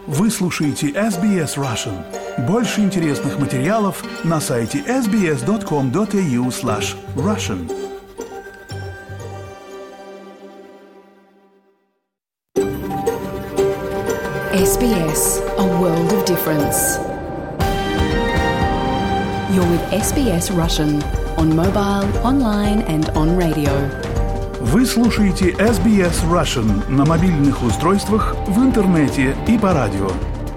Вы слушаете SBS Russian. Больше интересных материалов на сайте sbs.com.au/russian. SBS, a world of difference. You're with SBS Russian on mobile, online and on radio. Вы слушаете SBS Russian на мобильных устройствах, в интернете и по радио.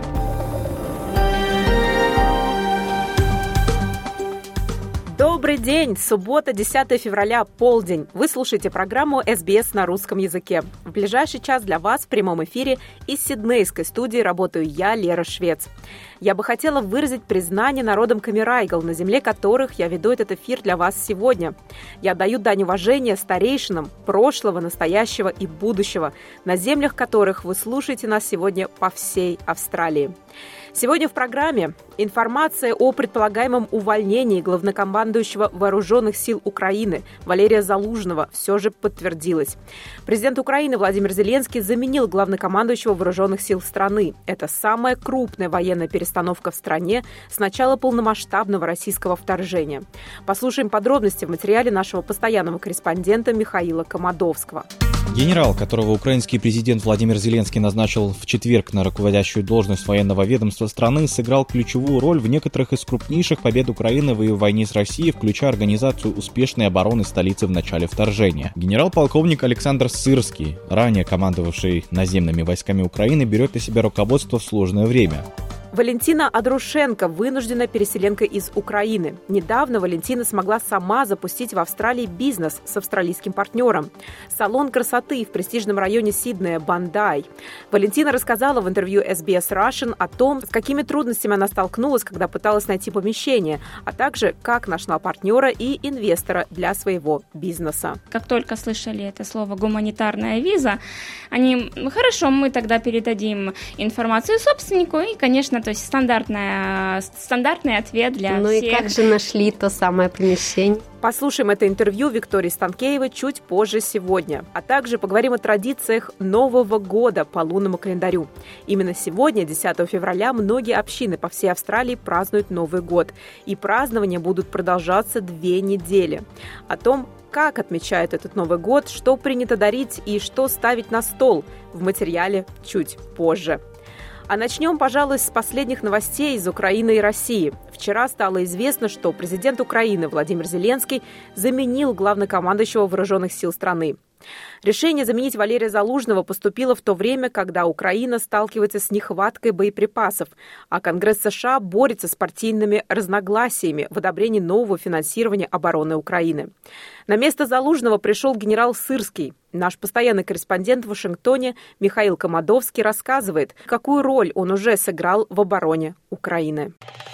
Добрый день! Суббота, 10 февраля, полдень. Вы слушаете программу SBS на русском языке. В ближайший час для вас в прямом эфире из Сиднейской студии работаю я, Лера Швец. Я бы хотела выразить признание народам Камерайгл, на земле которых я веду этот эфир для вас сегодня. Я отдаю дань уважения старейшинам прошлого, настоящего и будущего, на землях которых вы слушаете нас сегодня по всей Австралии. Сегодня в программе информация о предполагаемом увольнении главнокомандующего Вооруженных сил Украины Валерия Залужного все же подтвердилась. Президент Украины Владимир Зеленский заменил главнокомандующего Вооруженных сил страны. Это самая крупная военная перестановка в стране с начала полномасштабного российского вторжения. Послушаем подробности в материале нашего постоянного корреспондента Михаила Комадовского. Генерал, которого украинский президент Владимир Зеленский назначил в четверг на руководящую должность военного ведомства страны, сыграл ключевую роль в некоторых из крупнейших побед Украины в ее войне с Россией, включая организацию успешной обороны столицы в начале вторжения. Генерал-полковник Александр Сырский, ранее командовавший наземными войсками Украины, берет на себя руководство в сложное время. Валентина Адрушенко вынуждена переселенка из Украины. Недавно Валентина смогла сама запустить в Австралии бизнес с австралийским партнером. Салон красоты в престижном районе Сиднея Бандай. Валентина рассказала в интервью SBS Russian о том, с какими трудностями она столкнулась, когда пыталась найти помещение, а также как нашла партнера и инвестора для своего бизнеса. Как только слышали это слово «гуманитарная виза», они: хорошо, мы тогда передадим информацию собственнику, и, конечно, то есть стандартный ответ для всех. Ну и как же нашли то самое помещение? Послушаем это интервью Виктории Станкеевой чуть позже сегодня. А также поговорим о традициях Нового года по лунному календарю. Именно сегодня, 10 февраля, многие общины по всей Австралии празднуют Новый год. И празднования будут продолжаться 2 недели. О том, как отмечают этот Новый год, что принято дарить и что ставить на стол, в материале чуть позже. А начнем, пожалуй, с последних новостей из Украины и России. Вчера стало известно, что президент Украины Владимир Зеленский заменил главнокомандующего Вооруженных сил страны. Решение заменить Валерия Залужного поступило в то время, когда Украина сталкивается с нехваткой боеприпасов, а Конгресс США борется с партийными разногласиями в одобрении нового финансирования обороны Украины. На место Залужного пришел генерал Сырский. Наш постоянный корреспондент в Вашингтоне Михаил Комадовский рассказывает, какую роль он уже сыграл в обороне Украины.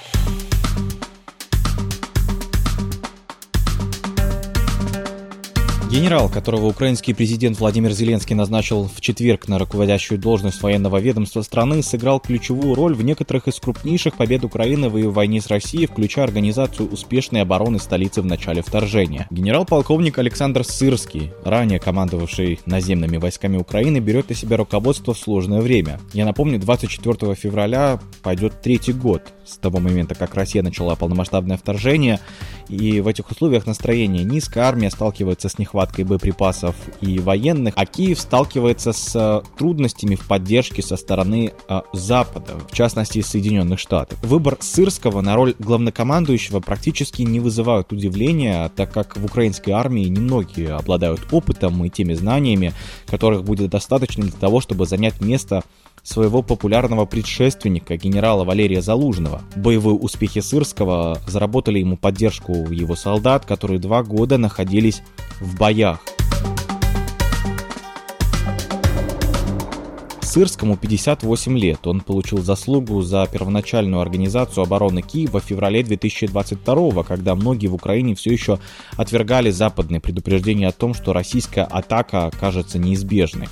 Генерал, которого украинский президент Владимир Зеленский назначил в четверг на руководящую должность военного ведомства страны, сыграл ключевую роль в некоторых из крупнейших побед Украины в ее войне с Россией, включая организацию успешной обороны столицы в начале вторжения. Генерал-полковник Александр Сырский, ранее командовавший наземными войсками Украины, берет на себя руководство в сложное время. Я напомню, 24 февраля пойдет 3-й год с того момента, как Россия начала полномасштабное вторжение, и в этих условиях настроение низкое, армия сталкивается с нехваткой боеприпасов и военных, а Киев сталкивается с трудностями в поддержке со стороны Запада, в частности Соединенных Штатов. Выбор Сырского на роль главнокомандующего практически не вызывает удивления, так как в украинской армии немногие обладают опытом и теми знаниями, которых будет достаточно для того, чтобы занять место своего популярного предшественника, генерала Валерия Залужного. Боевые успехи Сырского заработали ему поддержку его солдат, которые 2 года находились в боях. Сырскому 58 лет. Он получил заслугу за первоначальную организацию обороны Киева в феврале 2022, когда многие в Украине все еще отвергали западные предупреждения о том, что российская атака окажется неизбежной.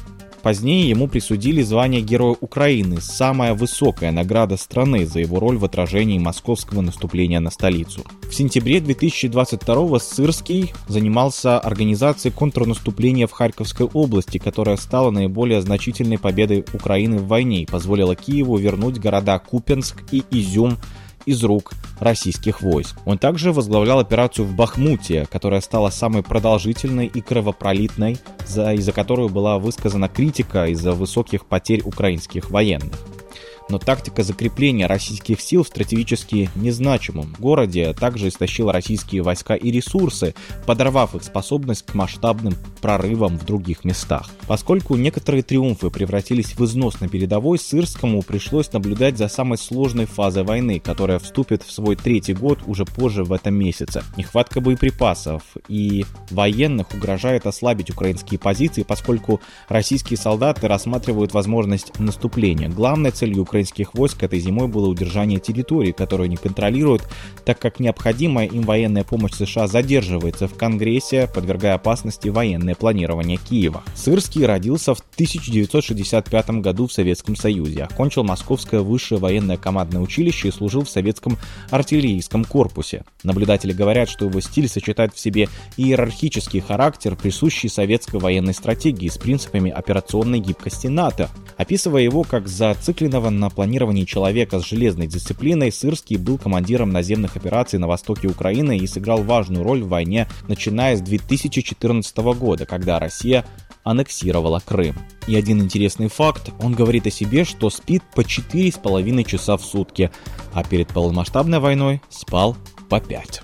Позднее ему присудили звание Героя Украины, самая высокая награда страны за его роль в отражении московского наступления на столицу. В сентябре 2022-го Сырский занимался организацией контрнаступления в Харьковской области, которая стала наиболее значительной победой Украины в войне и позволила Киеву вернуть города Купянск и Изюм из рук российских войск. Он также возглавлял операцию в Бахмуте, которая стала самой продолжительной и кровопролитной, из-за которой была высказана критика из-за высоких потерь украинских военных. Но тактика закрепления российских сил в стратегически незначимом городе также истощила российские войска и ресурсы, подорвав их способность к масштабным прорывам в других местах. Поскольку некоторые триумфы превратились в износ на передовой, Сырскому пришлось наблюдать за самой сложной фазой войны, которая вступит в свой 3-й год уже позже в этом месяце. Нехватка боеприпасов и военных угрожает ослабить украинские позиции, поскольку российские солдаты рассматривают возможность наступления. Главной целью украинских войск этой зимой было удержание территории, которую они контролируют, так как необходимая им военная помощь США задерживается в Конгрессе, подвергая опасности военное планирование Киева. Сырский родился в 1965 году в Советском Союзе, окончил Московское высшее военное командное училище и служил в советском артиллерийском корпусе. Наблюдатели говорят, что его стиль сочетает в себе иерархический характер, присущий советской военной стратегии с принципами операционной гибкости НАТО. Описывая его как зацикленного на планировании человека с железной дисциплиной, Сырский был командиром наземных операций на востоке Украины и сыграл важную роль в войне, начиная с 2014 года, когда Россия аннексировала Крым. И один интересный факт, он говорит о себе, что спит по 4,5 часа в сутки, а перед полномасштабной войной спал по 5.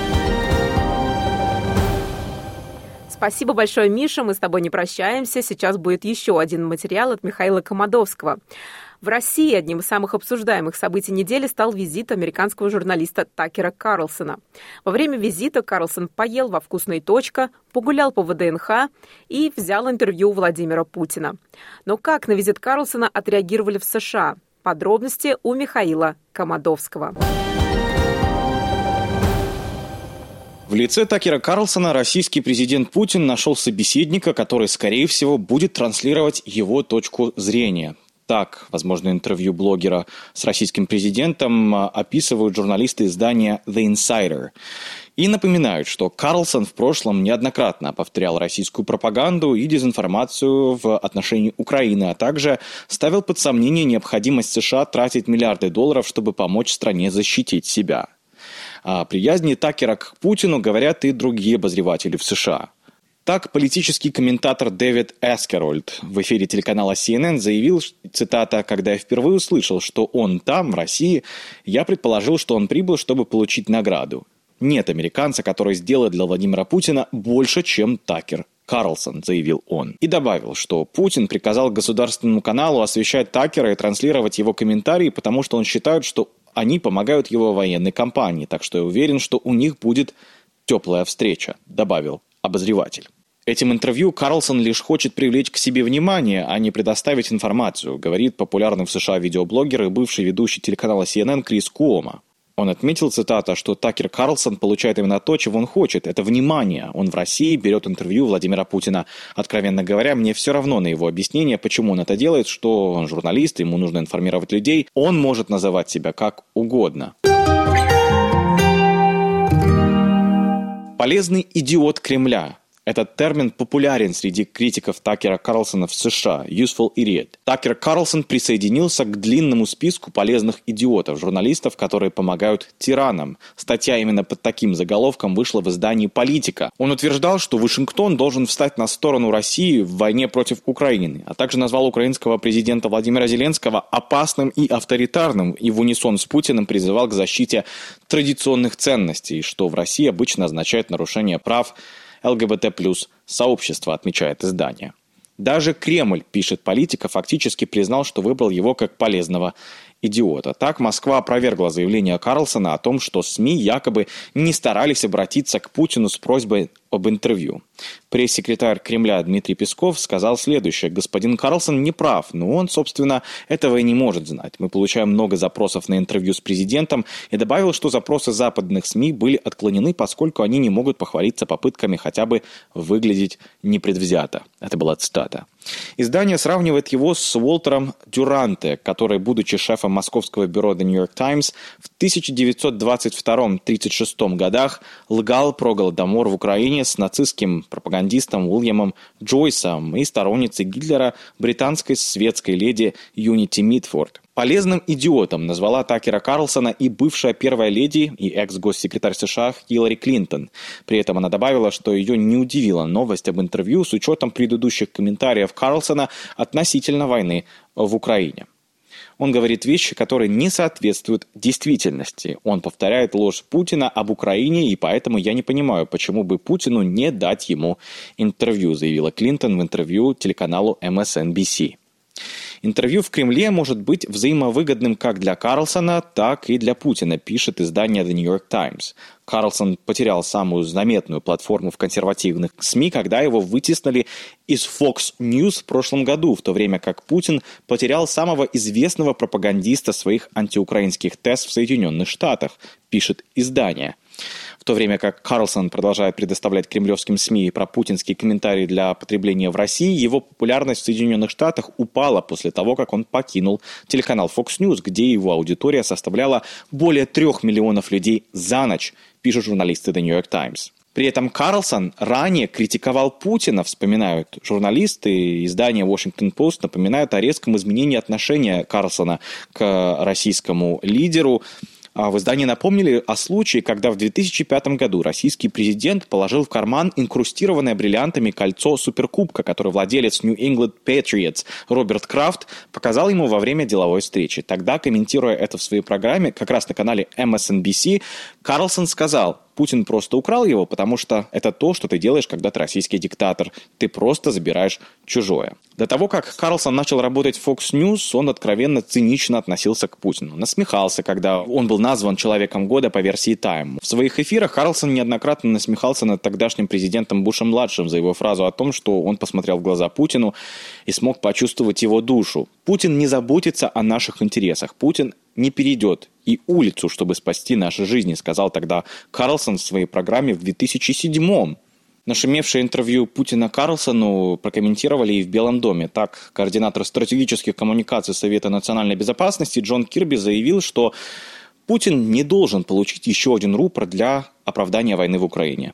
Спасибо большое, Миша. Мы с тобой не прощаемся. Сейчас будет еще один материал от Михаила Комадовского. В России одним из самых обсуждаемых событий недели стал визит американского журналиста Такера Карлсона. Во время визита Карлсон поел во «Вкусной точка», погулял по ВДНХ и взял интервью у Владимира Путина. Но как на визит Карлсона отреагировали в США? Подробности у Михаила Комадовского. В лице Такера Карлсона российский президент Путин нашел собеседника, который, скорее всего, будет транслировать его точку зрения. Так, возможно, интервью блогера с российским президентом описывают журналисты издания The Insider. И напоминают, что Карлсон в прошлом неоднократно повторял российскую пропаганду и дезинформацию в отношении Украины, а также ставил под сомнение необходимость США тратить миллиарды долларов, чтобы помочь стране защитить себя. О приязни Такера к Путину говорят и другие обозреватели в США. Так, политический комментатор Дэвид Эскерольд в эфире телеканала CNN заявил, цитата, «Когда я впервые услышал, что он там, в России, я предположил, что он прибыл, чтобы получить награду. Нет американца, который сделает для Владимира Путина больше, чем Такер Карлсон», заявил он. И добавил, что Путин приказал государственному каналу освещать Такера и транслировать его комментарии, потому что он считает, что они помогают его военной кампании, так что я уверен, что у них будет теплая встреча, добавил обозреватель. Этим интервью Карлсон лишь хочет привлечь к себе внимание, а не предоставить информацию, говорит популярный в США видеоблогер и бывший ведущий телеканала CNN Крис Куомо. Он отметил, цитата, что Такер Карлсон получает именно то, чего он хочет. Это внимание. Он в России берет интервью Владимира Путина. Откровенно говоря, мне все равно на его объяснение, почему он это делает, что он журналист, ему нужно информировать людей. Он может называть себя как угодно. Полезный идиот Кремля. Этот термин популярен среди критиков Такера Карлсона в США. Useful idiot. Такер Карлсон присоединился к длинному списку полезных идиотов, журналистов, которые помогают тиранам. Статья именно под таким заголовком вышла в издании «Политика». Он утверждал, что Вашингтон должен встать на сторону России в войне против Украины, а также назвал украинского президента Владимира Зеленского опасным и авторитарным, и в унисон с Путиным призывал к защите традиционных ценностей, что в России обычно означает нарушение прав ЛГБТ+ сообщества, отмечает издание. Даже Кремль, пишет «Политика», фактически признал, что выбрал его как полезного идиота. Так Москва опровергла заявление Карлсона о том, что СМИ якобы не старались обратиться к Путину с просьбой об интервью. Пресс-секретарь Кремля Дмитрий Песков сказал следующее: господин Карлсон не прав, но он, собственно, этого и не может знать. Мы получаем много запросов на интервью с президентом, и добавил, что запросы западных СМИ были отклонены, поскольку они не могут похвалиться попытками хотя бы выглядеть непредвзято. Это была цитата. Издание сравнивает его с Уолтером Дюранте, который, будучи шефом московского бюро The New York Times, в 1922-1936 годах лгал про Голодомор в Украине с нацистским пропагандистом Уильямом Джойсом и сторонницей Гитлера британской светской леди Юнити Митфорд. Полезным идиотом назвала Такера Карлсона и бывшая первая леди и экс-госсекретарь США Хиллари Клинтон. При этом она добавила, что ее не удивила новость об интервью с учетом предыдущих комментариев Карлсона относительно войны в Украине. Он говорит вещи, которые не соответствуют действительности. Он повторяет ложь Путина об Украине, и поэтому я не понимаю, почему бы Путину не дать ему интервью, заявила Клинтон в интервью телеканалу MSNBC. Интервью в Кремле может быть взаимовыгодным как для Карлсона, так и для Путина, пишет издание The New York Times. Карлсон потерял самую заметную платформу в консервативных СМИ, когда его вытеснили из Fox News в прошлом году, в то время как Путин потерял самого известного пропагандиста своих антиукраинских тез в Соединенных Штатах, пишет издание. В то время как Карлсон продолжает предоставлять кремлевским СМИ пропутинские комментарии для потребления в России, его популярность в Соединенных Штатах упала после того, как он покинул телеканал Fox News, где его аудитория составляла более 3 миллионов людей за ночь, пишут журналисты The New York Times. При этом Карлсон ранее критиковал Путина, вспоминают журналисты. Издание Washington Post напоминает о резком изменении отношения Карлсона к российскому лидеру. В издании напомнили о случае, когда в 2005 году российский президент положил в карман инкрустированное бриллиантами кольцо Суперкубка, которое владелец New England Patriots Роберт Крафт показал ему во время деловой встречи. Тогда, комментируя это в своей программе, как раз на канале MSNBC, Карлсон сказал: Путин просто украл его, потому что это то, что ты делаешь, когда ты российский диктатор. Ты просто забираешь чужое. До того, как Карлсон начал работать в Fox News, он откровенно цинично относился к Путину. Насмехался, когда он был назван Человеком года по версии Time. В своих эфирах Карлсон неоднократно насмехался над тогдашним президентом Бушем-младшим за его фразу о том, что он посмотрел в глаза Путину и смог почувствовать его душу. Путин не заботится о наших интересах. Путин не перейдет и улицу, чтобы спасти наши жизни, сказал тогда Карлсон в своей программе в 2007-м. Нашумевшее интервью Путина Карлсону прокомментировали и в Белом доме. Так, координатор стратегических коммуникаций Совета национальной безопасности Джон Кирби заявил, что Путин не должен получить еще один рупор для оправдания войны в Украине.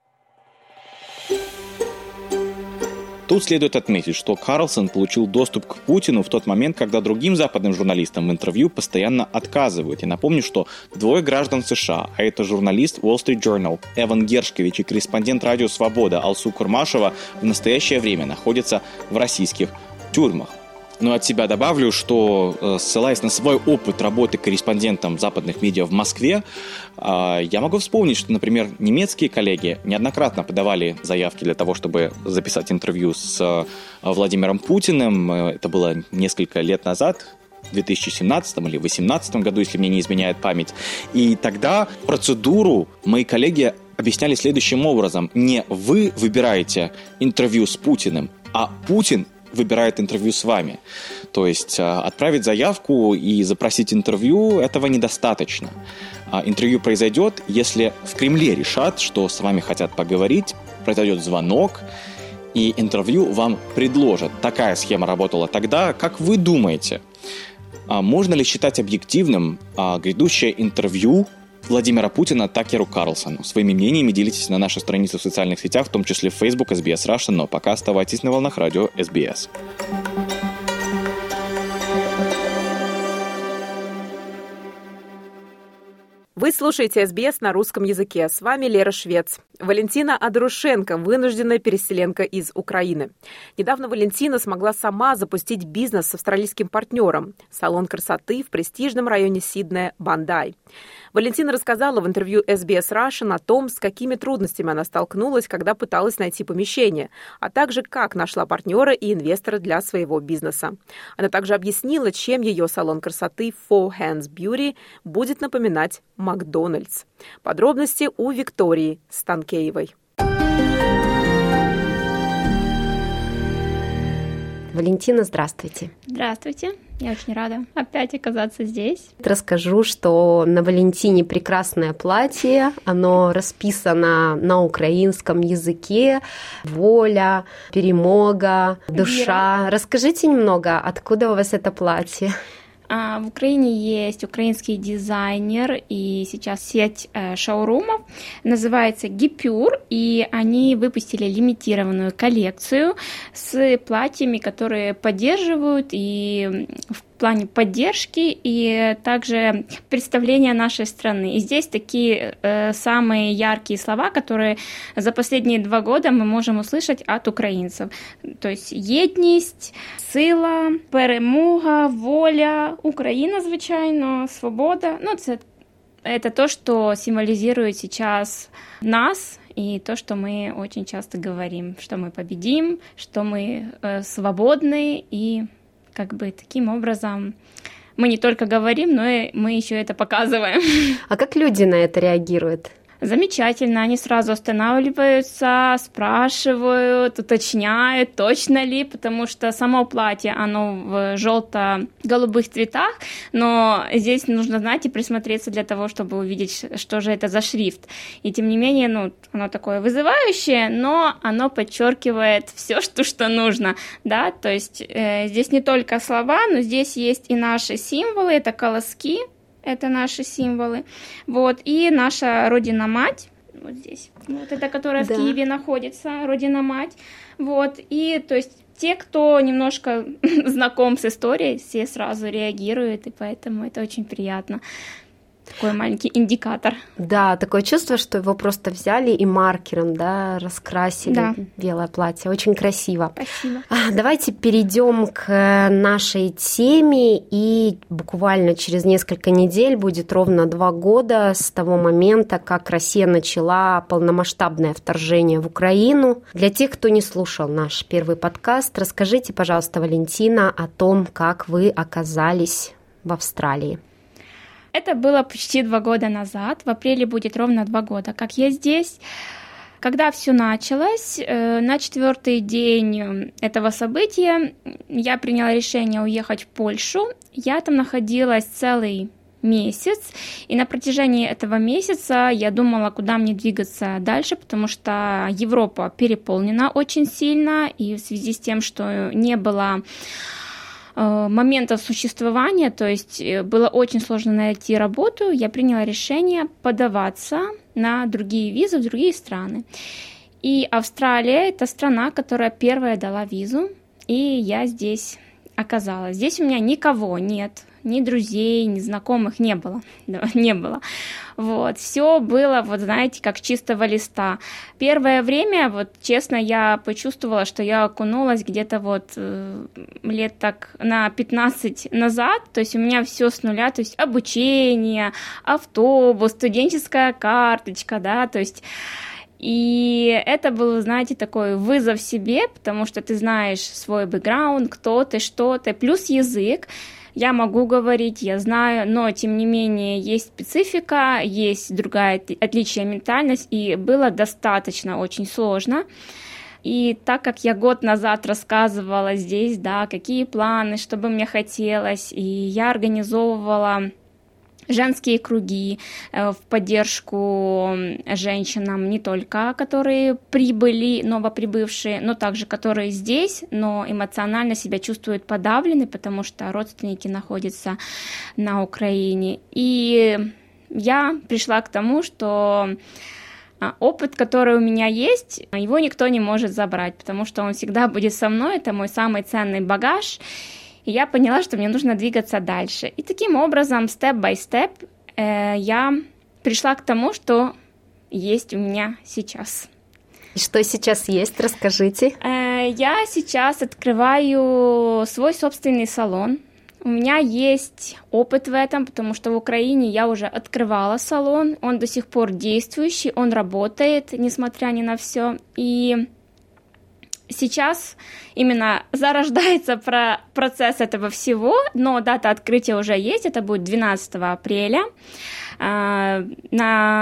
Тут следует отметить, что Карлсон получил доступ к Путину в тот момент, когда другим западным журналистам в интервью постоянно отказывают. И напомню, что 2 граждан США, а это журналист Wall Street Journal Эван Гершкович и корреспондент радио «Свобода» Алсу Курмашева, в настоящее время находятся в российских тюрьмах. Но от себя добавлю, что, ссылаясь на свой опыт работы корреспондентом западных медиа в Москве, я могу вспомнить, что, например, немецкие коллеги неоднократно подавали заявки для того, чтобы записать интервью с Владимиром Путиным. Это было несколько лет назад, в 2017 или 2018 году, если мне не изменяет память. И тогда процедуру мои коллеги объясняли следующим образом. Не вы выбираете интервью с Путиным, а Путин выбирает интервью с вами. То есть отправить заявку и запросить интервью – этого недостаточно. Интервью произойдет, если в Кремле решат, что с вами хотят поговорить, произойдет звонок, и интервью вам предложат. Такая схема работала тогда. Как вы думаете, можно ли считать объективным грядущее интервью Владимира Путина Такеру Карлсону? Своими мнениями делитесь на нашей странице в социальных сетях, в том числе в Facebook SBS Russian, но пока оставайтесь на волнах радио SBS. Вы слушаете SBS на русском языке. С вами Лера Швец. Валентина Адрушенко, вынужденная переселенка из Украины. Недавно Валентина смогла сама запустить бизнес с австралийским партнером – салон красоты в престижном районе Сиднея Бандай. Валентина рассказала в интервью SBS Russian о том, с какими трудностями она столкнулась, когда пыталась найти помещение, а также как нашла партнера и инвестора для своего бизнеса. Она также объяснила, чем ее салон красоты Four Hands Beauty будет напоминать Макдональдс. Подробности у Виктории Станкеевой. Валентина, здравствуйте. Здравствуйте. Я очень рада опять оказаться здесь. Расскажу, что на Валентине прекрасное платье. Оно расписано на украинском языке. Воля, перемога, душа. Вера. Расскажите немного, откуда у вас это платье? В Украине есть украинский дизайнер и сейчас сеть шоурумов, называется Гипюр, и они выпустили лимитированную коллекцию с платьями, которые поддерживают и в плане поддержки и также представления нашей страны. И здесь такие самые яркие слова, которые за последние 2 года мы можем услышать от украинцев. То есть єдність, сила, перемога, воля, Украина, звичайно, свобода. Это то, что символизирует сейчас нас, и то, что мы очень часто говорим, что мы победим, что мы свободны, и таким образом мы не только говорим, но и мы еще это показываем. А как люди на это реагируют? Замечательно, они сразу останавливаются, спрашивают, уточняют, точно ли, потому что само платье, оно в желто-голубых цветах, но здесь нужно знать и присмотреться для того, чтобы увидеть, что же это за шрифт. И тем не менее, оно такое вызывающее, но оно подчеркивает все, что нужно, да, то есть здесь не только слова, но здесь есть и наши символы, это колоски. Это наши символы. И наша Родина-Мать, вот здесь, это, которая в Киеве находится, Родина-Мать. И, то есть, те, кто немножко знаком с историей, все сразу реагируют, и поэтому это очень приятно. Такой маленький индикатор. Да, такое чувство, что его просто взяли и маркером, раскрасили белое платье. Очень красиво. Спасибо. Давайте перейдем к нашей теме. И буквально через несколько недель будет ровно 2 года с того момента, как Россия начала полномасштабное вторжение в Украину. Для тех, кто не слушал наш первый подкаст, расскажите, пожалуйста, Валентина, о том, как вы оказались в Австралии. Это было почти 2 года назад. В апреле будет ровно 2 года, как я здесь. Когда все началось, на 4-й день этого события я приняла решение уехать в Польшу. Я там находилась целый месяц, и на протяжении этого месяца я думала, куда мне двигаться дальше, потому что Европа переполнена очень сильно, и в связи с тем, что не было моментов существования, то есть было очень сложно найти работу, я приняла решение подаваться на другие визы в другие страны. И Австралия — это страна, которая первая дала визу, и я здесь оказалась. Здесь у меня никого нет, ни друзей, ни знакомых не было. Все было, знаете, как чистого листа. Первое время, честно, я почувствовала, что я окунулась где-то лет так на 15 назад, то есть у меня все с нуля, то есть обучение, автобус, студенческая карточка, то есть... И это был, знаете, такой вызов себе, потому что ты знаешь свой бэкграунд, кто ты, что ты, плюс язык. Я могу говорить, я знаю, но, тем не менее, есть специфика, есть другая отличие ментальность, и было достаточно очень сложно. И так как я год назад рассказывала здесь, какие планы, что бы мне хотелось, и я организовывала женские круги в поддержку женщинам, не только которые прибыли, новоприбывшие, но также которые здесь, но эмоционально себя чувствуют подавлены, потому что родственники находятся на Украине. И я пришла к тому, что опыт, который у меня есть, его никто не может забрать, потому что он всегда будет со мной, это мой самый ценный багаж. И я поняла, что мне нужно двигаться дальше. И таким образом, степ-бай-степ, я пришла к тому, что есть у меня сейчас. И что сейчас есть? Расскажите. Я сейчас открываю свой собственный салон. У меня есть опыт в этом, потому что в Украине я уже открывала салон. Он до сих пор действующий, он работает, несмотря ни на все. И сейчас именно зарождается процесс этого всего, но дата открытия уже есть, это будет 12 апреля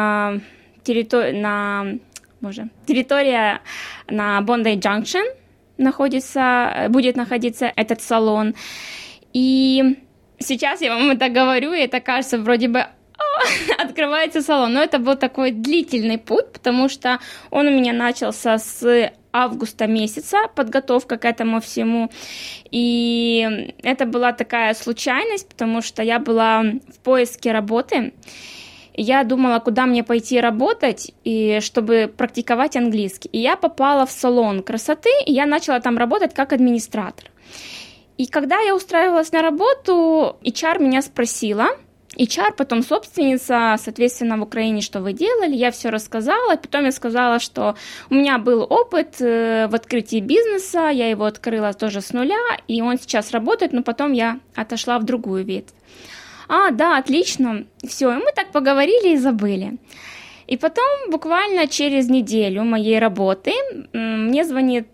территория на Bondi Junction, будет находиться этот салон. И сейчас я вам это говорю, и это кажется вроде бы открывается салон. Но это был такой длительный путь, потому что он у меня начался с августа месяца, подготовка к этому всему. И это была такая случайность, потому что я была в поиске работы. Я думала, куда мне пойти работать, и чтобы практиковать английский. И я попала в салон красоты, и я начала там работать как администратор. И когда я устраивалась на работу, HR меня спросила, HR, потом собственница, соответственно, в Украине, что вы делали, я все рассказала, потом я сказала, что у меня был опыт в открытии бизнеса, я его открыла тоже с нуля, и он сейчас работает, но потом я отошла в другую ветвь. Да, отлично, все, и мы так поговорили и забыли. И потом буквально через неделю моей работы мне звонит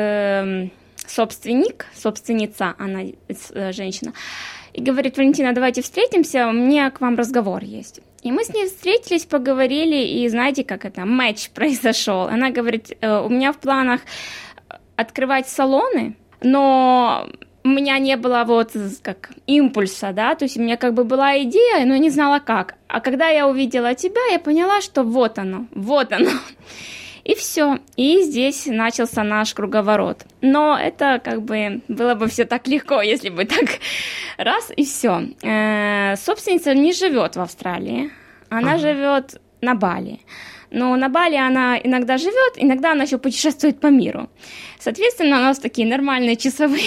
собственница, она женщина, и говорит: Валентина, давайте встретимся, у меня к вам разговор есть. И мы с ней встретились, поговорили, и знаете, как это, матч произошел. Она говорит: у меня в планах открывать салоны, но у меня не было вот как импульса, да, то есть у меня как бы была идея, но не знала как. А когда я увидела тебя, я поняла, что вот оно. И все. И здесь начался наш круговорот. Но это как бы было бы все так легко, если бы так раз и все. Собственница не живет в Австралии, она живет на Бали. Но на Бали она иногда живет, иногда она еще путешествует по миру. Соответственно, у нас такие нормальные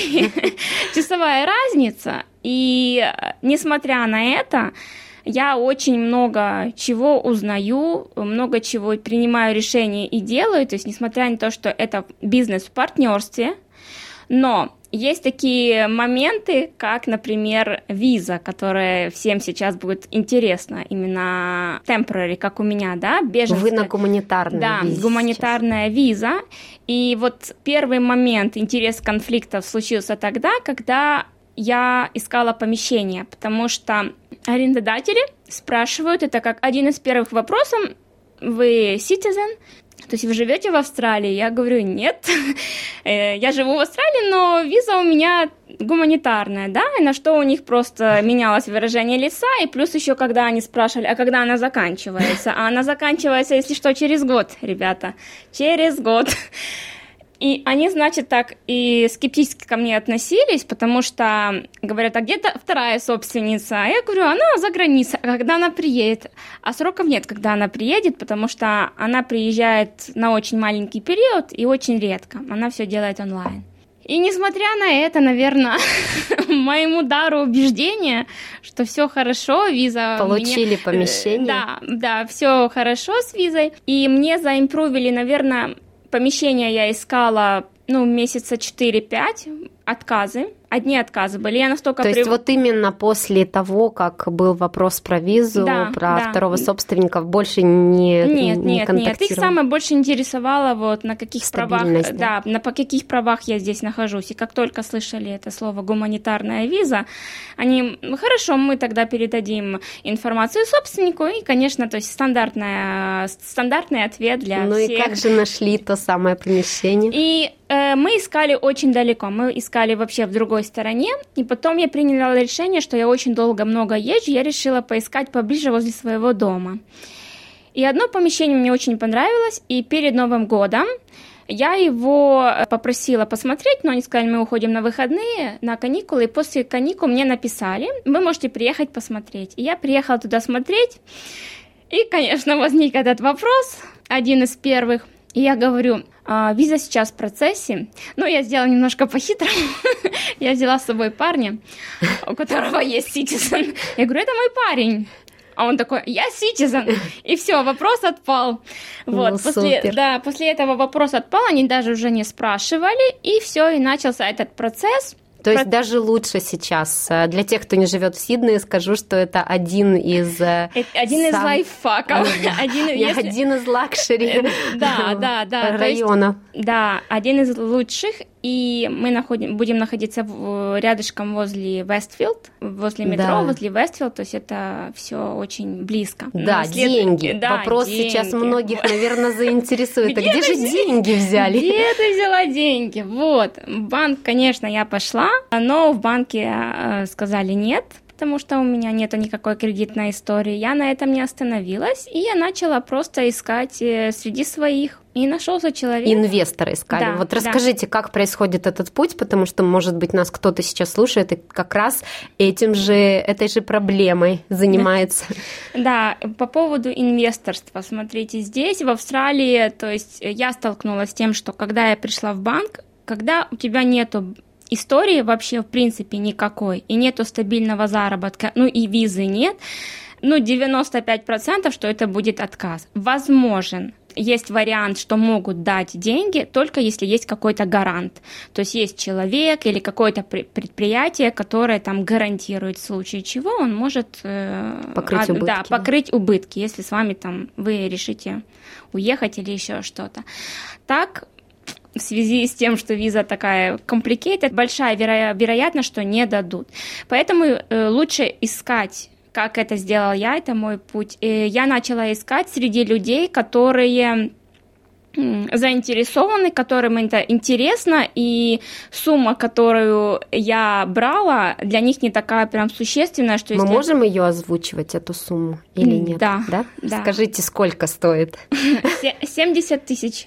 часовая разница. И несмотря на это, я очень много чего узнаю, много чего принимаю решения и делаю. То есть, несмотря на то, что это бизнес в партнерстве, но есть такие моменты, как, например, виза, которая всем сейчас будет интересна, именно temporary, как у меня, да, беженская. Вы на гуманитарной визе. Да, гуманитарная виза. И вот первый момент интерес конфликтов случился тогда, когда я искала помещение, потому что арендодатели спрашивают, это как один из первых вопросов: вы citizen? То есть вы живете в Австралии? Я говорю: нет, я живу в Австралии, но виза у меня гуманитарная, да, и на что у них просто менялось выражение лица, и плюс еще, когда они спрашивали, а когда она заканчивается? А она заканчивается, если что, через год, ребята, через год. И они, значит, так и скептически ко мне относились, потому что говорят: а где-то вторая собственница? А я говорю: она за границей, а когда она приедет? А сроков нет, когда она приедет, потому что она приезжает на очень маленький период и очень редко. Она все делает онлайн. И несмотря на это, наверное, моему дару убеждения, что все хорошо, виза... Получили помещение. Да, все хорошо с визой. И мне заимпрувили, наверное... Помещение я искала, месяца 4-5, отказы. Одни отказы были. Я настолько... То есть вот именно после того, как был вопрос про визу, второго собственника, больше не контактировали? Нет. Их самое больше интересовало, вот на каких правах, по каких правах я здесь нахожусь. И как только слышали это слово «гуманитарная виза», они: хорошо, мы тогда передадим информацию собственнику, и, конечно, то есть стандартный ответ для всех. И как же нашли то самое помещение? И мы искали очень далеко, мы искали вообще в другой стороне, и потом я приняла решение, что я очень много езжу, я решила поискать поближе возле своего дома. И одно помещение мне очень понравилось, и перед Новым годом я его попросила посмотреть, но они сказали: мы уходим на выходные, на каникулы, и после каникул мне написали: вы можете приехать посмотреть. И я приехала туда смотреть, и, конечно, возник этот вопрос, один из первых. И я говорю: виза сейчас в процессе. Я сделала немножко по-хитрому. Я взяла с собой парня, у которого есть citizen. Я говорю: это мой парень. А он такой: я citizen. И все, вопрос отпал. После этого вопрос отпал, они даже уже не спрашивали, и все, и начался этот процесс. То есть даже лучше сейчас. Для тех, кто не живет в Сиднее, скажу, что это один из лайфхаков. Один из лакшери района. Да, один из лучших. и мы будем находиться рядышком возле Вестфилд, возле метро, возле Вестфилд, то есть это все очень близко. Да, деньги. Да, вопрос деньги. Сейчас многих, наверное, заинтересует. А где же деньги взяли? Где ты взяла деньги? Вот, в банк, конечно, я пошла, но в банке сказали нет, потому что у меня нету никакой кредитной истории. Я на этом не остановилась, и я начала просто искать среди своих. И нашелся человек. Инвестора искали. Да, вот расскажите, как происходит этот путь, потому что, может быть, нас кто-то сейчас слушает и как раз этой же проблемой занимается. Да, по поводу инвесторства. Смотрите, здесь, в Австралии, то есть я столкнулась с тем, что когда я пришла в банк, когда у тебя нету истории вообще в принципе никакой, и нету стабильного заработка, и визы нет, 95%, что это будет отказ. Возможен. Есть вариант, что могут дать деньги, только если есть какой-то гарант. То есть есть человек или какое-то предприятие, которое там гарантирует, в случае чего он может покрыть убытки. Да, покрыть убытки, если с вами там вы решите уехать или еще что-то. Так, в связи с тем, что виза такая complicated, большая вероятность, что не дадут. Поэтому лучше искать, как это сделал я, это мой путь. Я начала искать среди людей, которые заинтересованы, которым это интересно, и сумма, которую я брала, для них не такая прям существенная, что... Мы можем ее озвучивать, эту сумму, или нет? Да. Скажите, сколько стоит? 70 тысяч.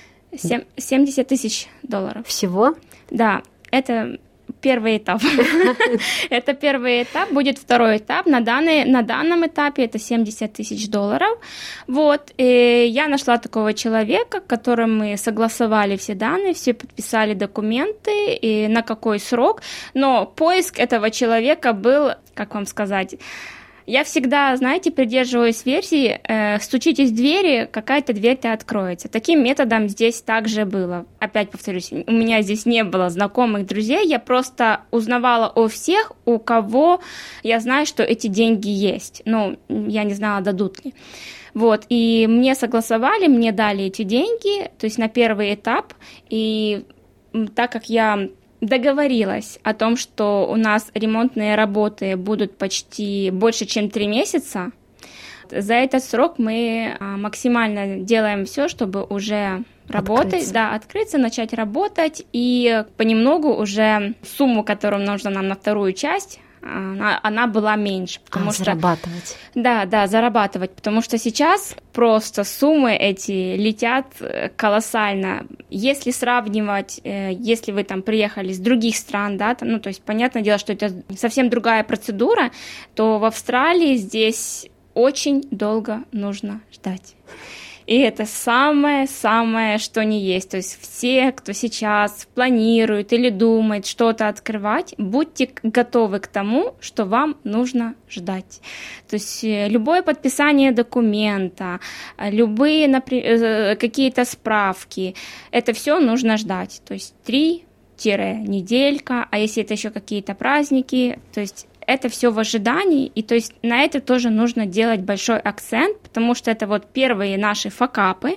70 тысяч долларов. Всего? Да, это первый этап. Это первый этап, будет второй этап. На данном этапе это 70 тысяч долларов. Вот, и я нашла такого человека, которым мы согласовали все данные, все подписали документы, и на какой срок. Но поиск этого человека был, как вам сказать... Я всегда, знаете, придерживаюсь версии, стучитесь в двери, какая-то дверь-то откроется. Таким методом здесь также было. Опять повторюсь, у меня здесь не было знакомых друзей, я просто узнавала о всех, у кого я знаю, что эти деньги есть. Я не знала, дадут ли. Вот, и мне согласовали, мне дали эти деньги, то есть на первый этап, и так как я... договорилась о том, что у нас ремонтные работы будут почти больше, чем 3 месяца. За этот срок мы максимально делаем все, чтобы уже работать, открыться, начать работать, и понемногу уже сумму, которую нужно нам на вторую часть, она была меньше, потому что... зарабатывать. Да, зарабатывать, потому что сейчас просто суммы эти летят колоссально. Если сравнивать, если вы там приехали с других стран, да, то есть понятное дело, что это совсем другая процедура, то в Австралии здесь очень долго нужно ждать. И это самое-самое, что не есть. То есть все, кто сейчас планирует или думает что-то открывать, будьте готовы к тому, что вам нужно ждать. То есть любое подписание документа, любые какие-то справки, это все нужно ждать. То есть 3-неделька, а если это еще какие-то праздники, то есть это все в ожидании, и то есть на это тоже нужно делать большой акцент, потому что это вот первые наши факапы,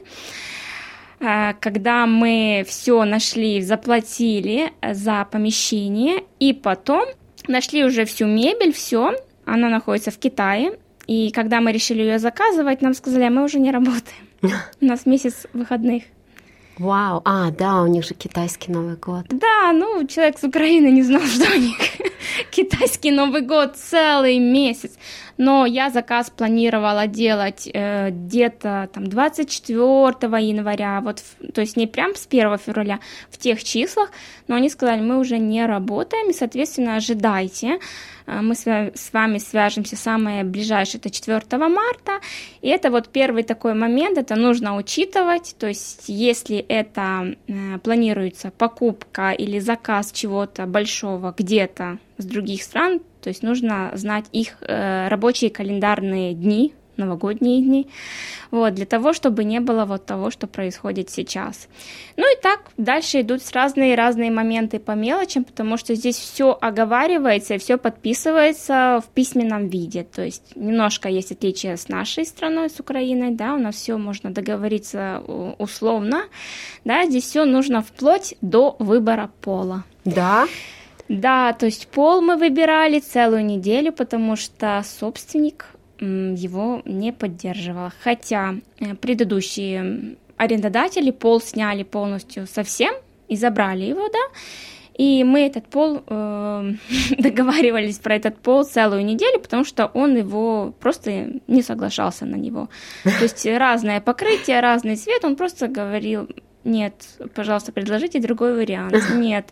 когда мы все нашли, заплатили за помещение, и потом нашли уже всю мебель, все, она находится в Китае, и когда мы решили ее заказывать, нам сказали, мы уже не работаем, у нас месяц выходных. Вау, у них же китайский Новый год. Да, человек с Украины не знал, что у них китайский Новый год целый месяц. Но я заказ планировала делать где-то там 24 января, то есть не прям с 1 февраля, в тех числах, но они сказали, мы уже не работаем, и, соответственно, ожидайте. Мы с вами свяжемся самое ближайшее, это 4 марта, и это вот первый такой момент, это нужно учитывать, то есть если это планируется покупка или заказ чего-то большого где-то с других стран, то есть нужно знать их рабочие календарные дни, новогодние дни, вот, для того, чтобы не было вот того, что происходит сейчас. Ну и так дальше идут разные моменты по мелочам, потому что здесь все оговаривается и все подписывается в письменном виде, то есть немножко есть отличия с нашей страной, с Украиной, да, у нас все можно договориться условно, да, здесь все нужно вплоть до выбора пола. Да. Да, то есть пол мы выбирали целую неделю, потому что собственник его не поддерживал. Хотя предыдущие арендодатели пол сняли полностью совсем и забрали его, да, и мы этот пол, договаривались про этот пол целую неделю, потому что он его просто не соглашался на него. То есть разное покрытие, разный цвет, он просто говорил: нет, пожалуйста, предложите другой вариант. Нет.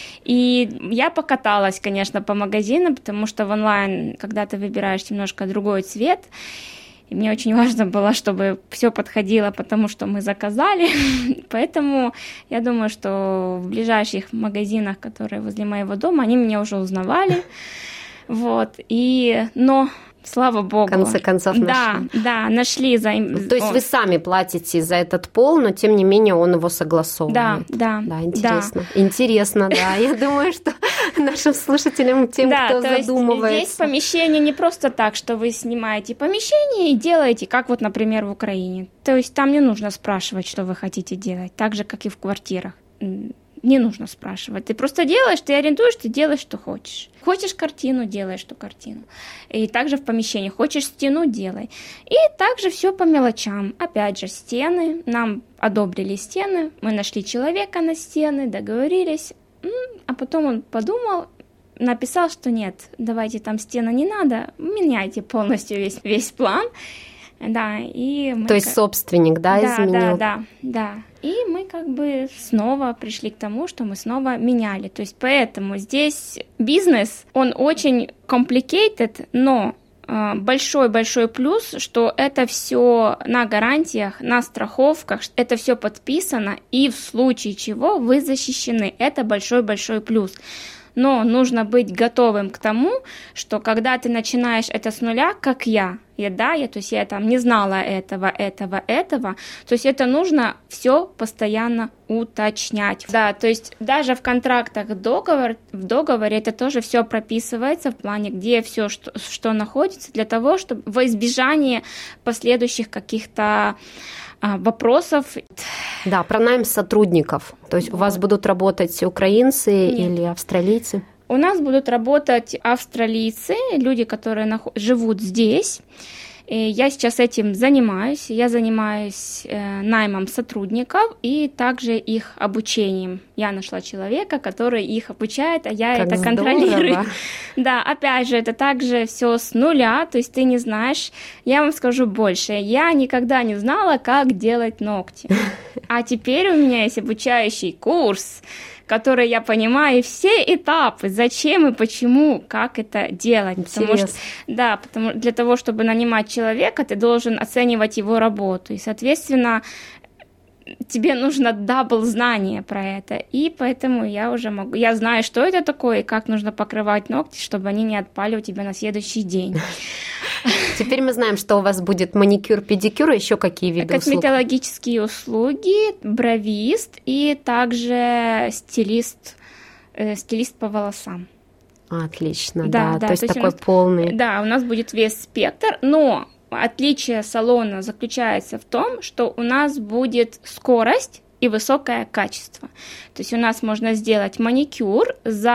И я покаталась, конечно, по магазинам, потому что в онлайн, когда ты выбираешь немножко другой цвет, и мне очень важно было, чтобы все подходило, потому что мы заказали. Поэтому я думаю, что в ближайших магазинах, которые возле моего дома, они меня уже узнавали. Вот. Но слава богу. В конце концов нашли. Да, нашли. То есть вы сами платите за этот пол, но тем не менее он его согласовывает. Да, интересно. Да. Интересно, да. Я думаю, что нашим слушателям, тем, кто задумывается. Здесь помещение не просто так, что вы снимаете помещение и делаете, как вот, например, в Украине. То есть там не нужно спрашивать, что вы хотите делать, так же, как и в квартирах. Не нужно спрашивать. Ты просто делаешь, ты арендуешь, ты делаешь, что хочешь. Хочешь картину, делаешь ту картину. И также в помещении. Хочешь стену, делай. И также все по мелочам. Опять же, стены. Нам одобрили стены. Мы нашли человека на стены, договорились. А потом он подумал, написал, что нет, давайте там стены не надо, меняйте полностью весь план. Да, и мы... То есть собственник, изменил? Да. И мы как бы снова пришли к тому, что мы снова меняли. То есть поэтому здесь бизнес, он очень complicated, но большой-большой плюс, что это все на гарантиях, на страховках, это все подписано, и в случае чего вы защищены. Это большой-большой плюс. Но нужно быть готовым к тому, что когда ты начинаешь это с нуля, как я там не знала этого, то есть это нужно все постоянно уточнять. Да, то есть даже в контрактах в договоре это тоже все прописывается в плане, где все, что находится, для того, чтобы во избежание последующих каких-то вопросов. Да, про найм сотрудников. То есть у вас будут работать украинцы или австралийцы? У нас будут работать австралийцы, люди, которые живут здесь. И я сейчас этим занимаюсь. Я занимаюсь наймом сотрудников и также их обучением. Я нашла человека, который их обучает, а я как это здорово. Контролирую. Да, опять же, это также все с нуля, то есть ты не знаешь. Я вам скажу больше. Я никогда не знала, как делать ногти. А теперь у меня есть обучающий курс, который я понимаю все этапы, зачем и почему, как это делать. Потому для того, чтобы нанимать человека, ты должен оценивать его работу. И, соответственно, тебе нужно дабл знание про это. И поэтому я знаю, что это такое и как нужно покрывать ногти, чтобы они не отпали у тебя на следующий день. Теперь мы знаем, что у вас будет маникюр, педикюр, и еще какие виды услуг? Косметологические услуги, бровист и также стилист по волосам. Отлично, да. То есть такой полный. Да, у нас будет весь спектр, но отличие салона заключается в том, что у нас будет скорость и высокое качество. То есть у нас можно сделать маникюр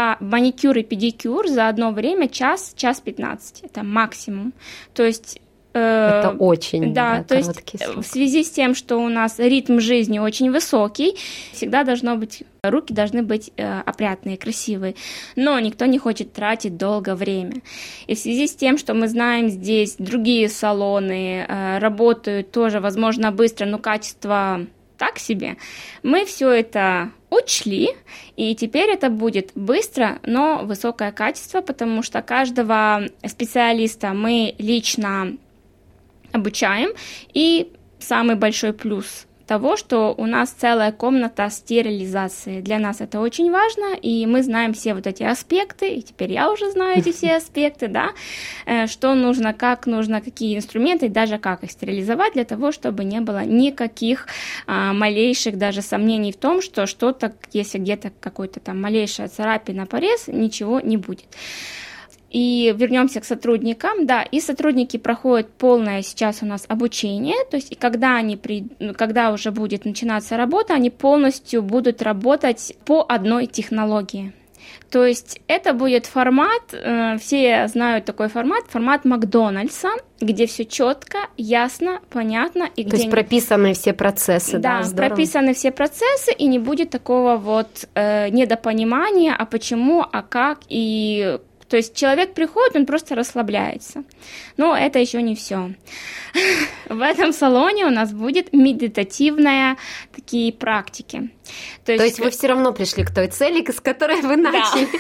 и педикюр за одно время час 15. Это максимум. То есть это очень то есть срок. В связи с тем, что у нас ритм жизни очень высокий, всегда руки должны быть опрятные, красивые, но никто не хочет тратить долго время. И в связи с тем, что мы знаем, здесь другие салоны работают тоже, возможно, быстро, но качество так себе, мы все это учли, и теперь это будет быстро, но высокое качество, потому что каждого специалиста мы лично обучаем, и самый большой плюс того, что у нас целая комната стерилизации. Для нас это очень важно, и мы знаем все вот эти аспекты, и теперь я уже знаю эти все аспекты, да, что нужно, как нужно, какие инструменты, и даже как их стерилизовать для того, чтобы не было никаких малейших даже сомнений в том, что что-то, если где-то какой-то там малейшая царапина, порез, ничего не будет. И вернемся к сотрудникам, да, и сотрудники проходят полное сейчас у нас обучение, то есть и когда уже будет начинаться работа, они полностью будут работать по одной технологии. То есть это будет формат, все знают такой формат Макдональдса, где все четко, ясно, понятно. И то есть прописаны все процессы, да? Да, прописаны все процессы, и не будет такого вот недопонимания, а почему, а как, и... То есть человек приходит, он просто расслабляется. Но это еще не все. В этом салоне у нас будет медитативные такие практики. То есть вы все равно пришли к той цели, с которой вы начали.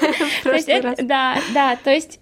Да, то есть...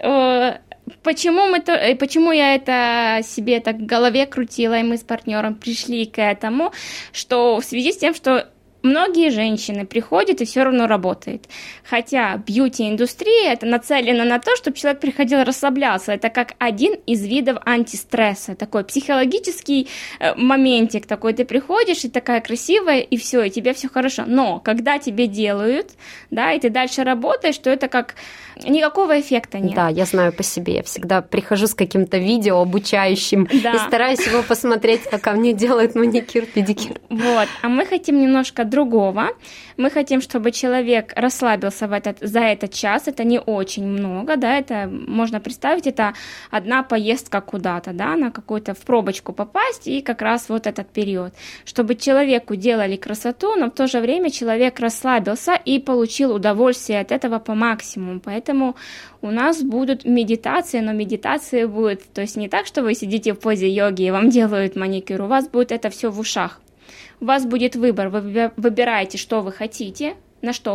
Почему я это себе так в голове крутила, и мы с партнером пришли к этому, что в связи с тем, что многие женщины приходят и все равно работают. Хотя бьюти-индустрия это нацелена на то, чтобы человек приходил расслабляться. Это как один из видов антистресса. Такой психологический моментик такой. Ты приходишь и такая красивая, и все, и тебе все хорошо. Но когда тебе делают, да, и ты дальше работаешь, то это как никакого эффекта нет. Да, я знаю по себе. Я всегда прихожу с каким-то видео обучающим и стараюсь его посмотреть, пока мне делают маникюр, педикюр. Вот. А мы хотим немножко другого. Мы хотим, чтобы человек расслабился за этот час. Это не очень много, да, это можно представить, это одна поездка куда-то, да, на какую-то в пробочку попасть, и как раз вот этот период. Чтобы человеку делали красоту, но в то же время человек расслабился и получил удовольствие от этого по максимуму. Поэтому у нас будут медитации, но медитации будут, то есть не так, что вы сидите в позе йоги и вам делают маникюр, у вас будет это все в ушах. У вас будет выбор, вы выбираете, что вы хотите, на что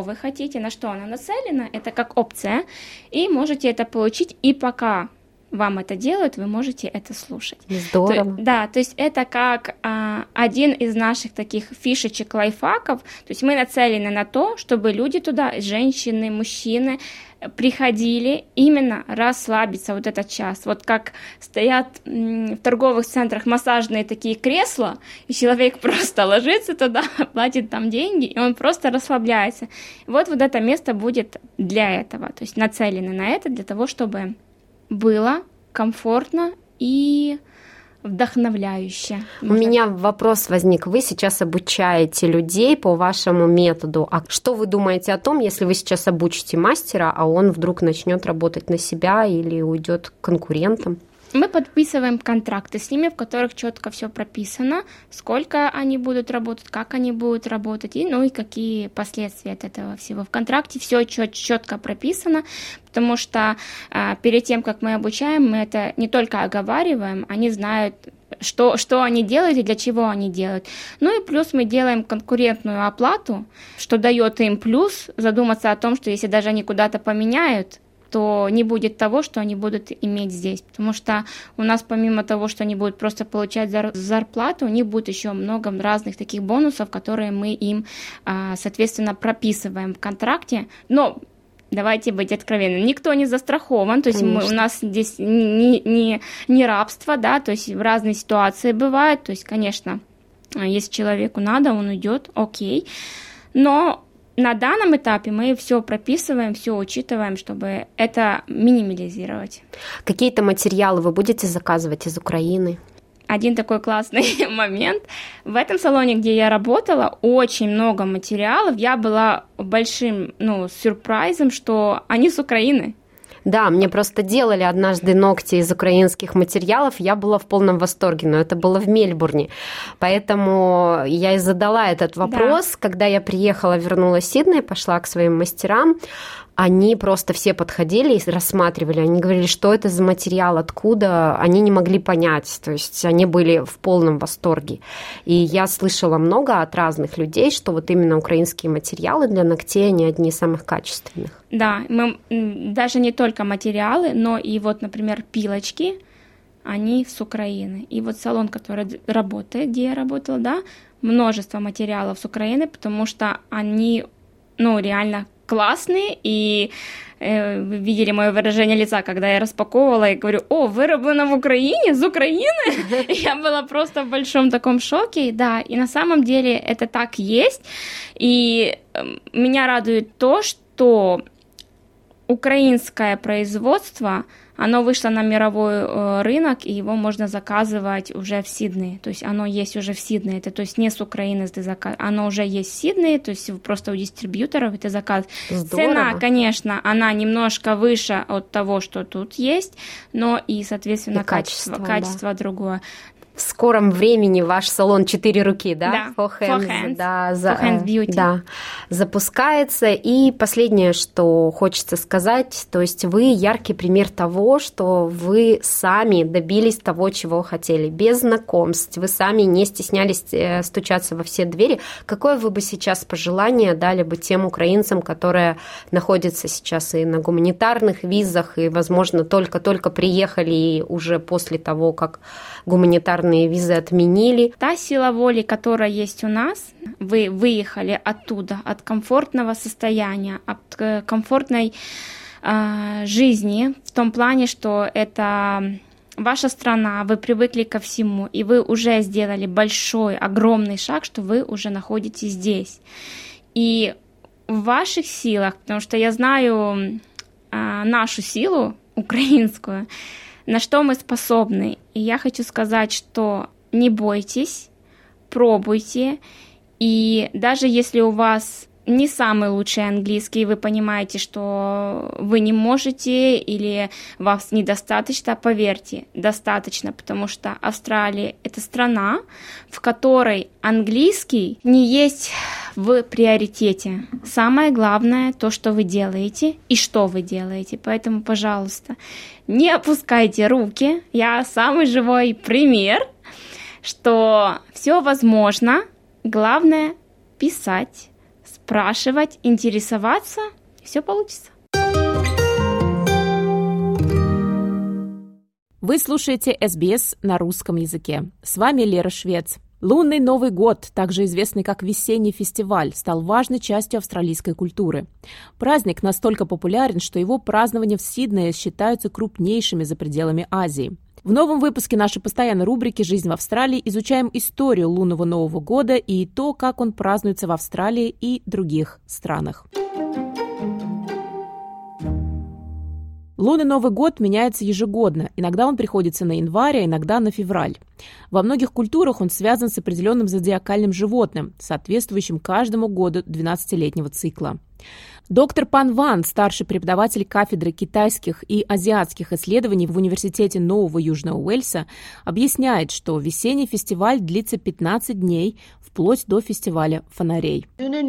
она нацелена, это как опция, и можете это получить, и пока вам это делают, вы можете это слушать. Здорово. То есть это как один из наших таких фишечек, лайфхаков, то есть мы нацелены на то, чтобы люди туда, женщины, мужчины, приходили именно расслабиться вот этот час. Вот как стоят в торговых центрах массажные такие кресла, и человек просто ложится туда, платит там деньги, и он просто расслабляется. Вот это место будет для этого, то есть нацелено на это, для того, чтобы было комфортно и вдохновляюще. У меня вопрос возник. Вы сейчас обучаете людей по вашему методу. А что вы думаете о том, если вы сейчас обучите мастера, а он вдруг начнет работать на себя или уйдет к конкурентам? Мы подписываем контракты с ними, в которых четко все прописано, сколько они будут работать, как они будут работать, и какие последствия от этого всего. В контракте все четко прописано, потому что перед тем, как мы обучаем, мы это не только оговариваем, они знают, что они делают и для чего они делают. И плюс мы делаем конкурентную оплату, что дает им плюс задуматься о том, что если даже они куда-то поменяют, то не будет того, что они будут иметь здесь. Потому что у нас помимо того, что они будут просто получать зарплату, у них будет еще много разных таких бонусов, которые мы им, соответственно, прописываем в контракте. Но давайте быть откровенными, никто не застрахован, то есть у нас здесь не рабство, да, то есть разные ситуации бывают, то есть, конечно, если человеку надо, он уйдет, окей, но на данном этапе мы все прописываем, все учитываем, чтобы это минимализировать. Какие-то материалы вы будете заказывать из Украины? Один такой классный момент. В этом салоне, где я работала, очень много материалов. Я была большим сюрпризом, что они с Украины. Да, мне просто делали однажды ногти из украинских материалов, я была в полном восторге, но это было в Мельбурне. Поэтому я и задала этот вопрос, да. Когда я приехала, вернулась в Сидней, пошла к своим мастерам, они просто все подходили и рассматривали, они говорили, что это за материал, откуда, они не могли понять, то есть они были в полном восторге. И я слышала много от разных людей, что вот именно украинские материалы для ногтей, они одни из самых качественных. Да, мы даже не только материалы, но и вот, например, пилочки, они с Украины. И вот салон, который работает, где я работала, да, множество материалов с Украины, потому что они, реально классные, и вы видели мое выражение лица, когда я распаковывала и говорю: «О, выроблено в Украине, с Украины?» Я была просто в большом таком шоке, да, и на самом деле это так есть, и меня радует то, что украинское производство, оно вышло на мировой рынок, и его можно заказывать уже в Сиднее. То есть оно есть уже в Сиднее. Это, то есть не с Украины ты заказ, оно уже есть в Сиднее, то есть просто у дистрибьюторов это заказ. Здорово. Цена, конечно, она немножко выше от того, что тут есть, но и, соответственно, и качество другое. В скором времени ваш салон 4 руки, да? Да, For Hands, да, For Hands Beauty. Да, запускается. И последнее, что хочется сказать, то есть вы яркий пример того, что вы сами добились того, чего хотели, без знакомств, вы сами не стеснялись стучаться во все двери. Какое вы бы сейчас пожелание дали бы тем украинцам, которые находятся сейчас и на гуманитарных визах, и, возможно, только-только приехали и уже после того, как гуманитарные визы отменили? Та сила воли, которая есть у нас, вы выехали оттуда, от комфортного состояния, от комфортной жизни, в том плане, что это ваша страна, вы привыкли ко всему, и вы уже сделали большой, огромный шаг, что вы уже находитесь здесь. И в ваших силах, потому что я знаю нашу силу украинскую, на что мы способны. И я хочу сказать, что не бойтесь, пробуйте, и даже если у вас не самый лучший английский, и вы понимаете, что вы не можете или вас недостаточно, поверьте, достаточно, потому что Австралия — это страна, в которой английский не есть в приоритете. Самое главное — то, что вы делаете и что вы делаете. Поэтому, пожалуйста, не опускайте руки. Я самый живой пример, что все возможно. Главное — писать, спрашивать, интересоваться, все получится. Вы слушаете SBS на русском языке. С вами Лера Швец. Лунный Новый год, также известный как весенний фестиваль, стал важной частью австралийской культуры. Праздник настолько популярен, что его празднования в Сиднее считаются крупнейшими за пределами Азии. В новом выпуске нашей постоянной рубрики «Жизнь в Австралии» изучаем историю лунного Нового года и то, как он празднуется в Австралии и других странах. Лунный Новый год меняется ежегодно. Иногда он приходится на январь, а иногда на февраль. Во многих культурах он связан с определенным зодиакальным животным, соответствующим каждому году 12-летнего цикла. Доктор Пан Ван, старший преподаватель кафедры китайских и азиатских исследований в Университете Нового Южного Уэльса, объясняет, что весенний фестиваль длится 15 дней, вплоть до фестиваля фонарей.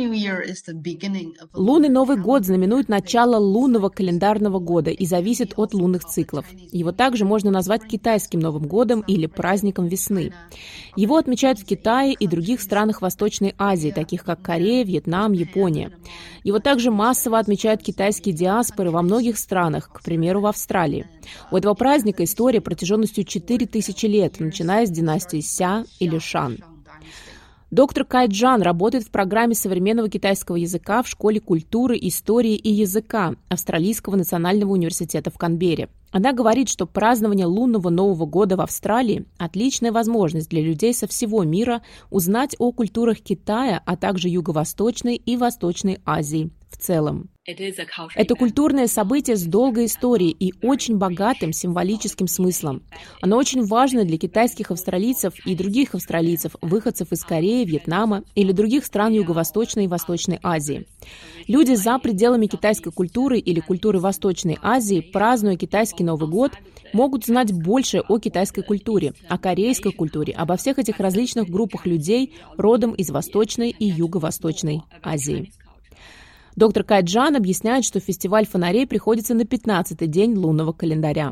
Лунный Новый год знаменует начало лунного календарного года и зависит от лунных циклов. Его также можно назвать китайским Новым годом или праздником весны. Его отмечают в Китае и других странах Восточной Азии, таких как Корея, Вьетнам, Япония. Его также массово отмечают китайские диаспоры во многих странах, к примеру, в Австралии. У этого праздника история протяженностью 4000 лет, начиная с династии Ся или Шан. Доктор Кай Джан работает в программе современного китайского языка в Школе культуры, истории и языка Австралийского национального университета в Канберре. Она говорит, что празднование лунного Нового года в Австралии – отличная возможность для людей со всего мира узнать о культурах Китая, а также Юго-Восточной и Восточной Азии в целом. Это культурное событие с долгой историей и очень богатым символическим смыслом. Оно очень важно для китайских австралийцев и других австралийцев, выходцев из Кореи, Вьетнама или других стран Юго-Восточной и Восточной Азии. Люди за пределами китайской культуры или культуры Восточной Азии, празднуя китайский Новый год, могут знать больше о китайской культуре, о корейской культуре, обо всех этих различных группах людей, родом из Восточной и Юго-Восточной Азии. Доктор Кай Джан объясняет, что фестиваль фонарей приходится на 15-й день лунного календаря.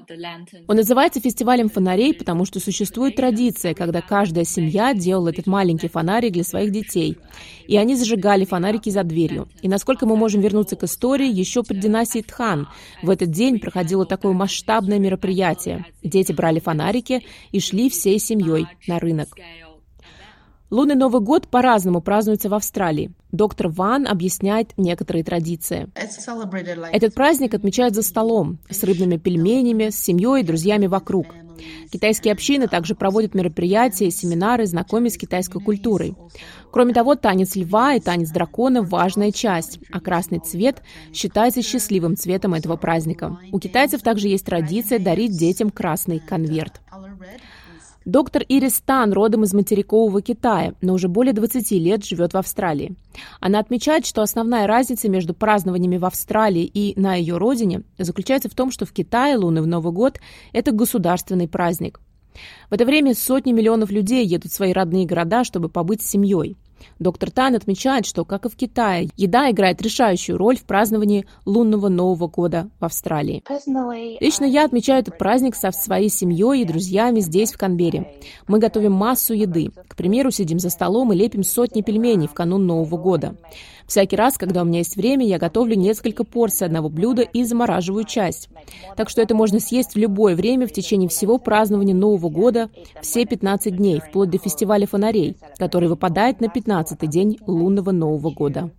Он называется фестивалем фонарей, потому что существует традиция, когда каждая семья делала этот маленький фонарик для своих детей, и они зажигали фонарики за дверью. И насколько мы можем вернуться к истории, еще при династии Тхан в этот день проходило такое масштабное мероприятие. Дети брали фонарики и шли всей семьей на рынок. Лунный Новый год по-разному празднуется в Австралии. Доктор Ван объясняет некоторые традиции. Этот праздник отмечают за столом, с рыбными пельменями, с семьей и друзьями вокруг. Китайские общины также проводят мероприятия, семинары, знакомясь с китайской культурой. Кроме того, танец льва и танец дракона – важная часть, а красный цвет считается счастливым цветом этого праздника. У китайцев также есть традиция дарить детям красный конверт. Доктор Ирис Тан родом из материкового Китая, но уже более 20 лет живет в Австралии. Она отмечает, что основная разница между празднованиями в Австралии и на ее родине заключается в том, что в Китае лунный Новый год – это государственный праздник. В это время сотни миллионов людей едут в свои родные города, чтобы побыть с семьей. Доктор Тан отмечает, что, как и в Китае, еда играет решающую роль в праздновании лунного Нового года в Австралии. Лично я отмечаю этот праздник со своей семьей и друзьями здесь, в Канберре. Мы готовим массу еды. К примеру, сидим за столом и лепим сотни пельменей в канун Нового года. Всякий раз, когда у меня есть время, я готовлю несколько порций одного блюда и замораживаю часть. Так что это можно съесть в любое время в течение всего празднования Нового года, все 15 дней, вплоть до фестиваля фонарей, который выпадает на 15-й день лунного Нового года.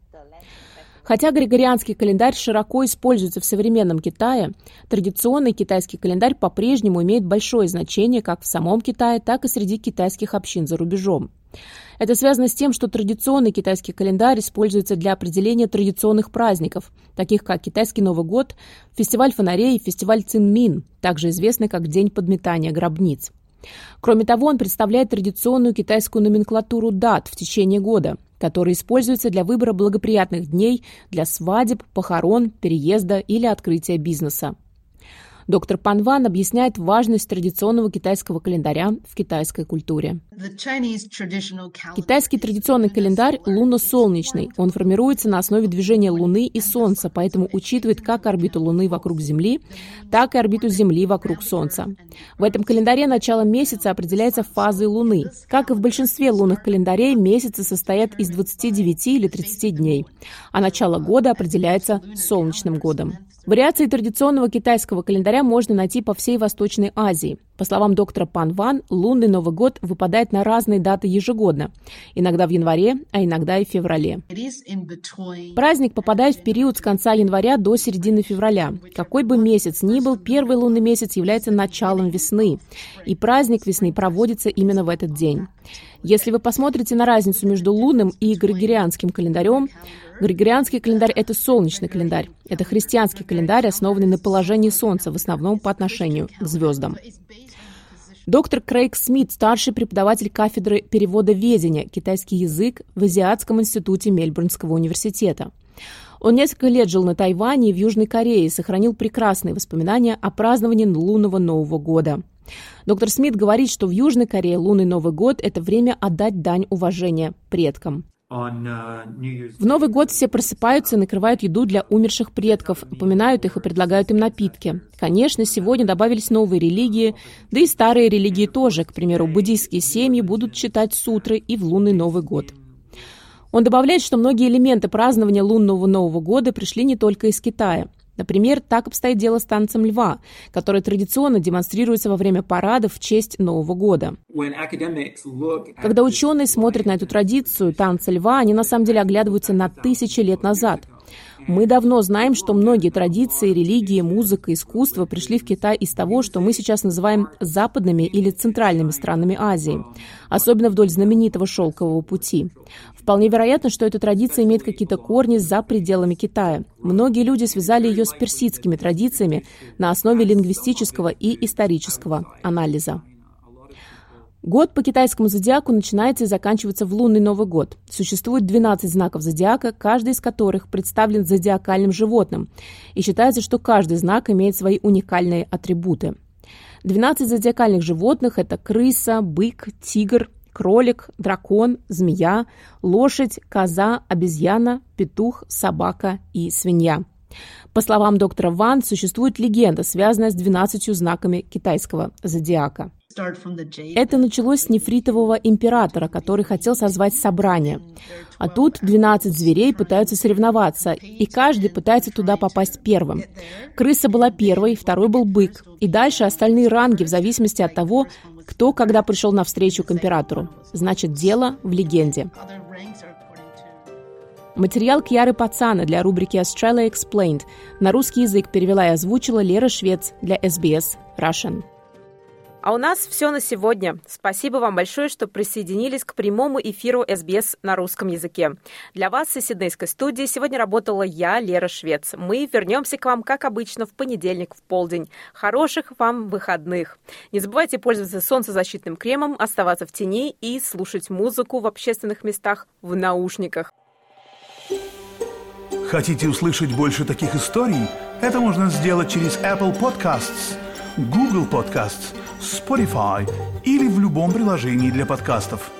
Хотя григорианский календарь широко используется в современном Китае, традиционный китайский календарь по-прежнему имеет большое значение как в самом Китае, так и среди китайских общин за рубежом. Это связано с тем, что традиционный китайский календарь используется для определения традиционных праздников, таких как Китайский Новый год, фестиваль фонарей и фестиваль Цинмин, также известный как День подметания гробниц. Кроме того, он представляет традиционную китайскую номенклатуру дат в течение года, которые используются для выбора благоприятных дней для свадеб, похорон, переезда или открытия бизнеса. Доктор Пан Ван объясняет важность традиционного китайского календаря в китайской культуре. Китайский традиционный календарь лунно-солнечный. Он формируется на основе движения Луны и Солнца, поэтому учитывает как орбиту Луны вокруг Земли, так и орбиту Земли вокруг Солнца. В этом календаре начало месяца определяется фазой Луны. Как и в большинстве лунных календарей, месяцы состоят из 29 или 30 дней, а начало года определяется солнечным годом. Вариации традиционного китайского календаря можно найти по всей Восточной Азии. По словам доктора Пан Ван, лунный Новый год выпадает на разные даты ежегодно, иногда в январе, а иногда и в феврале. Праздник попадает в период с конца января до середины февраля. Какой бы месяц ни был, первый лунный месяц является началом весны, и праздник весны проводится именно в этот день. Если вы посмотрите на разницу между лунным и григорианским календарем, григорианский календарь – это солнечный календарь. Это христианский календарь, основанный на положении Солнца, в основном по отношению к звездам. Доктор Крейг Смит, старший преподаватель кафедры переводоведения «Китайский язык» в Азиатском институте Мельбурнского университета. Он несколько лет жил на Тайване и в Южной Корее и сохранил прекрасные воспоминания о праздновании лунного Нового года. Доктор Смит говорит, что в Южной Корее лунный Новый год – это время отдать дань уважения предкам. В Новый год все просыпаются и накрывают еду для умерших предков, упоминают их и предлагают им напитки. Конечно, сегодня добавились новые религии, да и старые религии тоже. К примеру, буддийские семьи будут читать сутры и в лунный Новый год. Он добавляет, что многие элементы празднования лунного Нового года пришли не только из Китая. Например, так обстоит дело с танцем льва, который традиционно демонстрируется во время парадов в честь Нового года. Когда ученые смотрят на эту традицию танца льва, они на самом деле оглядываются на тысячи лет назад. Мы давно знаем, что многие традиции, религии, музыка, искусство пришли в Китай из того, что мы сейчас называем западными или центральными странами Азии, особенно вдоль знаменитого Шелкового пути. Вполне вероятно, что эта традиция имеет какие-то корни за пределами Китая. Многие люди связали ее с персидскими традициями на основе лингвистического и исторического анализа. Год по китайскому зодиаку начинается и заканчивается в лунный Новый год. Существует 12 знаков зодиака, каждый из которых представлен зодиакальным животным, и считается, что каждый знак имеет свои уникальные атрибуты. 12 зодиакальных животных – это крыса, бык, тигр, кролик, дракон, змея, лошадь, коза, обезьяна, петух, собака и свинья. По словам доктора Ван, существует легенда, связанная с 12 знаками китайского зодиака. Это началось с нефритового императора, который хотел созвать собрание. А тут 12 зверей пытаются соревноваться, и каждый пытается туда попасть первым. Крыса была первой, второй был бык, и дальше остальные ранги в зависимости от того, кто когда пришел навстречу к императору. Значит, дело в легенде. Материал Кьяры Пацана для рубрики Australia Explained на русский язык перевела и озвучила Лера Швец для SBS Russian. А у нас все на сегодня. Спасибо вам большое, что присоединились к прямому эфиру СБС на русском языке. Для вас из Сиднейской студии сегодня работала я, Лера Швец. Мы вернемся к вам, как обычно, в понедельник в полдень. Хороших вам выходных. Не забывайте пользоваться солнцезащитным кремом, оставаться в тени и слушать музыку в общественных местах в наушниках. Хотите услышать больше таких историй? Это можно сделать через Apple Podcasts, Google Podcasts, Spotify или в любом приложении для подкастов.